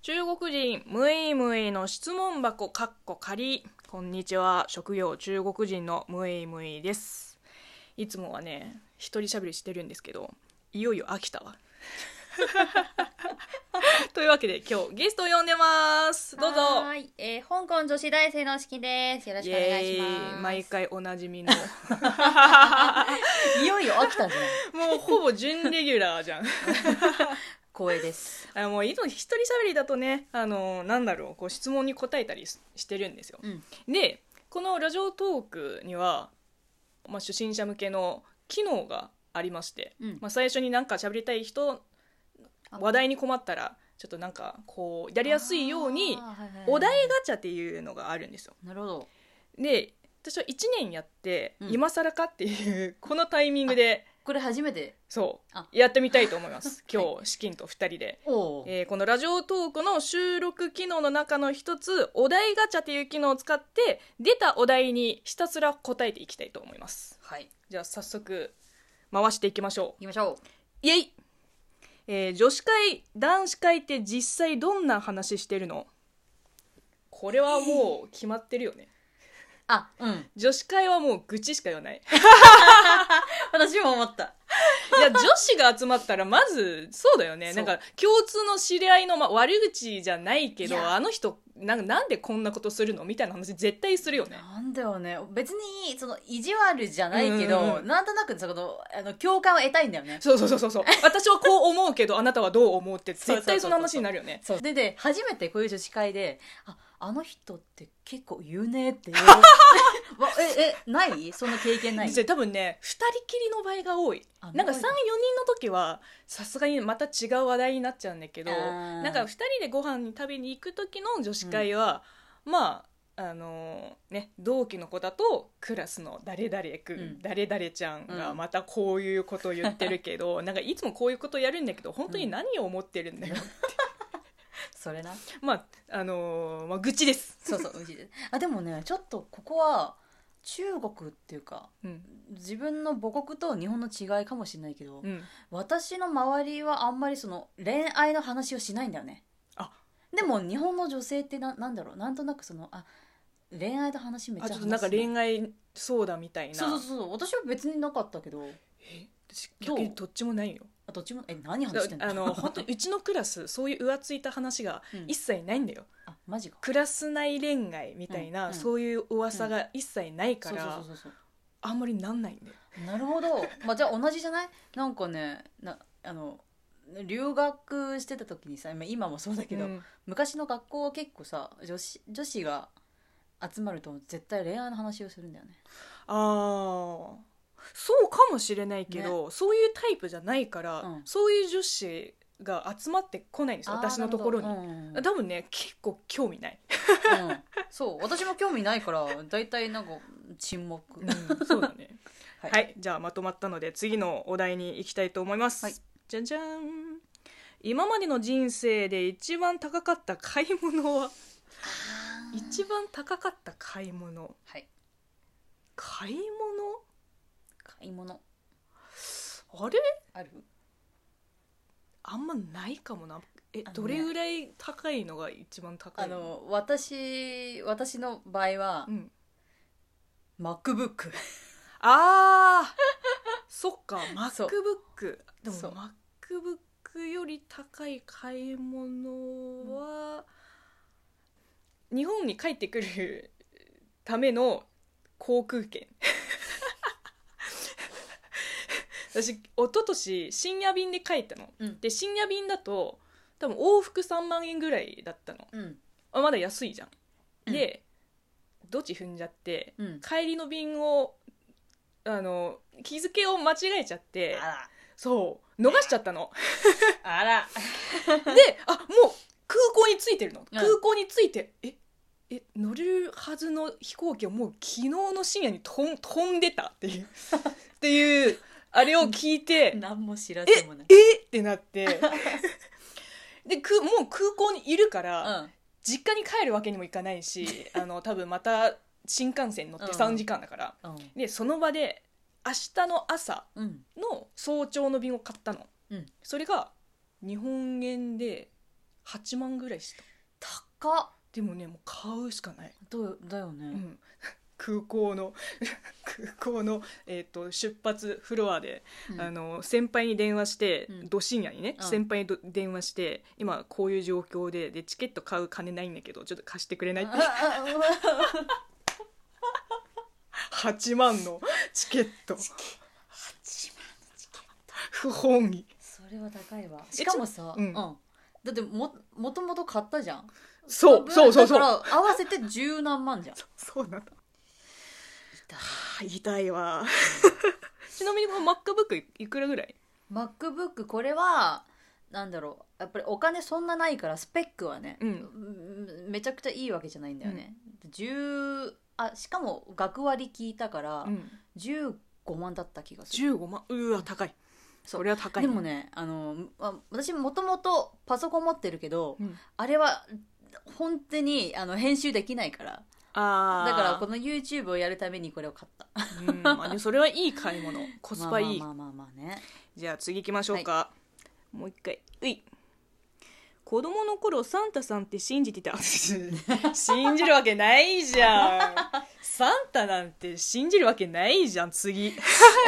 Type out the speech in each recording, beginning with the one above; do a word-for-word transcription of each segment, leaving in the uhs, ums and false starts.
中国人ムイムイの質問箱かっこ仮。こんにちは、職業中国人のムイムイです。いつもはね一人喋りしてるんですけど、いよいよ飽きたわというわけで今日ゲストを呼んでます。どうぞ。 はい、えー、香港女子大生のしきです。よろしくお願いします。 毎回おなじみのいよいよ飽きたじゃんもうほぼ準レギュラーじゃん光栄です。 あのもういつも一人喋りだとね、あのなんだろう、こう質問に答えたりしてるんですよ、 うん、 でこのラジオトークには、まあ、初心者向けの機能がありまして、 うんまあ、最初になんか喋りたい人、話題に困ったらちょっとなんかこうやりやすいようにお題ガチャっていうのがあるんですよ。 なるほど。 で私はいちねんやって、 うん、 今更かっていうこのタイミングでこれ初めてそうやってみたいと思います今日、 はい、 資金とふたりで、 お、 えー、このラジオトークの収録機能の中の一つ、お題ガチャっていう機能を使って出たお題にひたすら答えていきたいと思います。 はい、 じゃあ早速回していきましょう。 行きましょう。 イエイ、えー、女子会男子会って実際どんな話してるの？これはもう決まってるよねあ、うん。 女子会はもう愚痴しか言わない私も思った。 いや女子が集まったらまずそうだよね、なんか共通の知り合いの、まあ、悪口じゃないけど、あの人なんかなんでこんなことするのみたいな話絶対するよね。 なんだよね、別にその意地悪じゃないけど、 うんうん、 なんとなくそのあの共感を得たいんだよね。 そうそうそうそう私はこう思うけどあなたはどう思うって絶対その話になるよね。 そうでで初めてこういう女子会で、ああの人って結構言うねっていうええないそんな経験ない？ 多分ねふたりきりの場合が多い。なんかさん、よにんの時はさすがにまた違う話題になっちゃうんだけど、なんかふたりでご飯に食べに行く時の女子会は、うん、まああのー、ね同期の子だとクラスの誰々くん、うん、誰々ちゃんがまたこういうことを言ってるけど、うん、なんかいつもこういうことやるんだけど本当に何を思ってるんだよって、うんそれな、 まああのーまあ、愚痴です。 そうそう愚痴です。あでもねちょっとここは中国っていうか、うん、自分の母国と日本の違いかもしれないけど、うん、私の周りはあんまりその恋愛の話をしないんだよね。あでも日本の女性ってな、なんだろう、なんとなくそのあ恋愛の話めっちゃ話す、ね、あちょっとなんか恋愛そうだみたいな。 そうそうそう、私は別になかったけど。え逆にどっちもないよ。 あどっちもえ何話してんの？ あの本当うちのクラスそういう浮ついた話が一切ないんだよ、 うん、あマジか。 クラス内恋愛みたいな、うん、そういう噂が一切ないからあんまりなんないんだよ。 なるほど、まあ、じゃあ同じじゃない？なんかねなあの留学してた時にさ、今もそうだけど、うん、昔の学校は結構さ女子、女子が集まると絶対恋愛の話をするんだよね。 ああそうかもしれないけど、ね、そういうタイプじゃないから、うん、そういう女子が集まってこないんですよ私のところに、うんうん、多分ね結構興味ない、 うん、そう私も興味ないからだいたいなんか沈黙、 うん、そうだねはい、はい、じゃあまとまったので次のお題に行きたいと思います、はい、じゃんじゃん。今までの人生で一番高かった買い物は？一番高かった買い物、はい、買い物買い物あれある？ あんまないかもな。え、ね、どれぐらい高いのが一番高いの？ あの私私の場合は、うん、MacBook あーそっか MacBook でも MacBook より高い買い物は、うん、日本に帰ってくるための航空券私一昨年深夜便で帰ったの、うん、で深夜便だと多分往復さんまんえんぐらいだったの、うん、あまだ安いじゃん、うん、でどっち踏んじゃって、うん、帰りの便をあの日付を間違えちゃって、あらそう逃しちゃったのあらであもう空港に着いてるの、うん、空港に着いてええ乗るはずの飛行機をもう昨日の深夜に飛ん、飛んでたっていうっていうあれを聞いて何も知らせもないええってなってでくもう空港にいるから、うん、実家に帰るわけにもいかないしあの多分また新幹線乗ってさんじかんだから、うんうん、でその場で明日の朝の早朝の便を買ったの、うん、それが日本円ではちまんぐらいした。 高っ。 でもねもう買うしかない。 どうだよね、 うん、空港の空港の、えー、と出発フロアで、うん、あの先輩に電話して、うん、ど深夜にね、うん、先輩に電話して今こういう状況 で, でチケット買う金ないんだけどちょっと貸してくれないってはちまんのチケットはちまんのチケット不本意。 それは高いわ。しかもさ、うんうん、だって も, もともと買ったじゃん。 そうそうそうそう。 だから合わせて十何万じゃん。 そうなんだ。痛い。痛いわ。ちなみにこの MacBook いくらぐらい？ MacBook これはなんだろう、やっぱりお金そんなないからスペックはね、うん、めちゃくちゃいいわけじゃないんだよね。うん、じゅうあしかも学割聞いたから、うん、じゅうごまんだった気がする。 じゅうごまん、うわ高い。それは高い、ね。 でもね、あの私もともとパソコン持ってるけど、うん、あれは本当にあの編集できないから、あだからこの YouTube をやるためにこれを買った。 うん、まあ、ね、それはいい買い物、コスパいい。 まあまあまあまあね。 じゃあ次行きましょうか、はい、もう一回。うい子供の頃サンタさんって信じてた信じるわけないじゃんサンタなんて信じるわけないじゃん。次夢が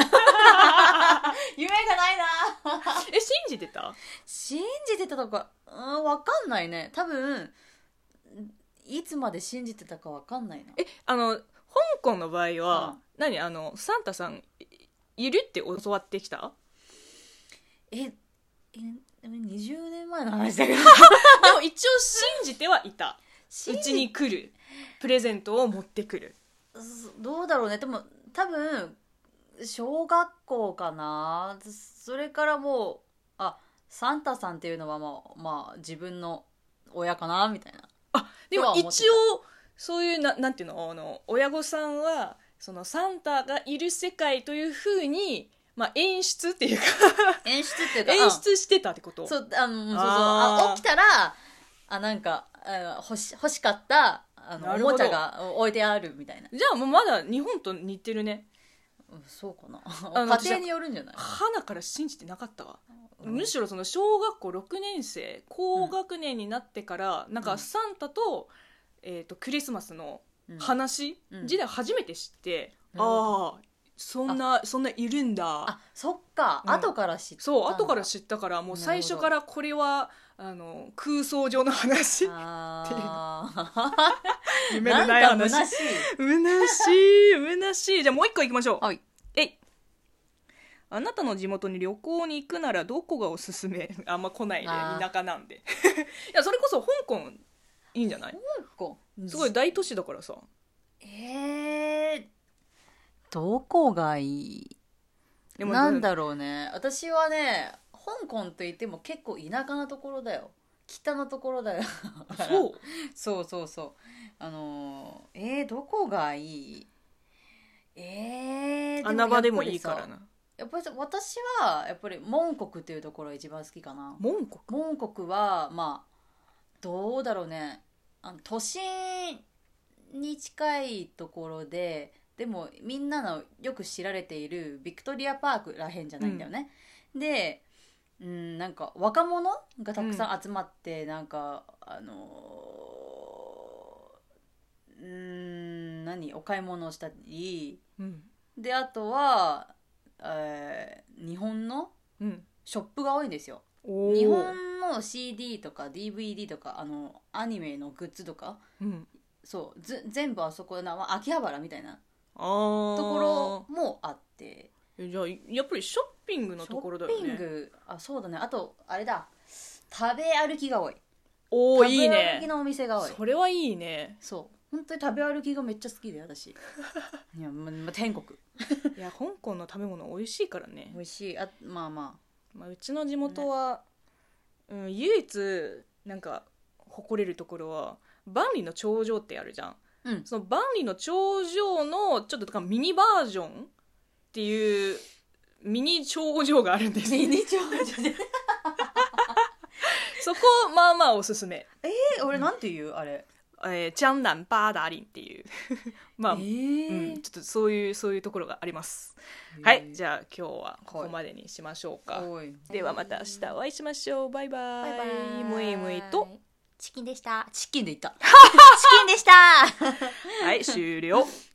ないなえ信じてた信じてたとか、うん、分かんないね。多分いつまで信じてたか分かんないな。 えあの香港の場合は、うん、何あのサンタさんいるって教わってきた？ ええにじゅうねんまえの話だけどでも一応信じてはいた。うちに来るプレゼントを持ってくる。 どうだろうね。でも多分小学校かな。それからもうあサンタさんっていうのはまあ、まあ、自分の親かなみたいな。 あでも一応そういう な, なんていうのあの親御さんはそのサンタがいる世界というふうに、まあ、演出っていうか演出っていうか演出してたってこと。 そうあのそうそうあ起きたらあなんかあ欲し欲しかったあのおもちゃが置いてあるみたいな。 じゃあもうまだ日本と似てるね。 そうかな。家庭によるんじゃない。 花から信じてなかったわ。むしろその小学校ろくねん生高学年になってから、うん、なんかサンタと、えーと、クリスマスの話、うん、時代初めて知って、うん、ああそんなそんないるんだ。 あそっか、うん、後から知った。 そう後から知ったからもう最初からこれはあの空想上の話っていう夢のない話。 なんか虚しい虚しい虚しい。じゃあもう一個いきましょう。 はい。 えいあなたの地元に旅行に行くならどこがおすすめ？あんま来ないで田舎なんでいやそれこそ香港いいんじゃない？ 香港すごい大都市だからさ。 えー、どこがいい？でもなんだろうね。私はね香港といっても結構田舎なところだよ。北のところだよそうそうそうそうあのー、えー、どこがいい？えー、 穴場でもいいからな。 やっぱり私はやっぱり門国っていうところが一番好きかな。 門国門国はまあどうだろうね。あの都心に近いところででもみんなのよく知られているビクトリアパークらへんじゃないんだよね、うん、でうんなんか若者がたくさん集まって、うん、なんかあのー、うん何お買い物をしたり、うん、であとはえー、日本のショップが多いんですよ、うん、日本の シーディー とか ディーブイディー とかあのアニメのグッズとか、うん、そうず全部あそこな、まあ、秋葉原みたいなところもあって。 えじゃあやっぱりショッピングのところだよね。 ショッピングあそうだね。あとあれだ食べ歩きが多い。 おーいいね。 食べ歩きのお店が多い。 それはいいね。 そう本当に食べ歩きがめっちゃ好きで私いや、ま、ま、天国いや香港の食べ物美味しいからね。 美味しい。あまあまあ、 まあ、うちの地元は、ねうん、唯一なんか誇れるところは万里の長城ってあるじゃん、うん、その万里の長城のちょっとミニバージョンっていうミニ長城があるんです。 ミニ長城そこまあまあおすすめ。 えー、俺なんて言うあれえー、江南八达岭っていうまあ、 えーうん、ちょっとそういうそういうところがあります。はい、じゃあ今日はここまでにしましょうか。ではまた明日お会いしましょう。バイバイ。 バイバイ。 むいむいとチキンでした。チキンで言った。チキンでした。 はい、終了。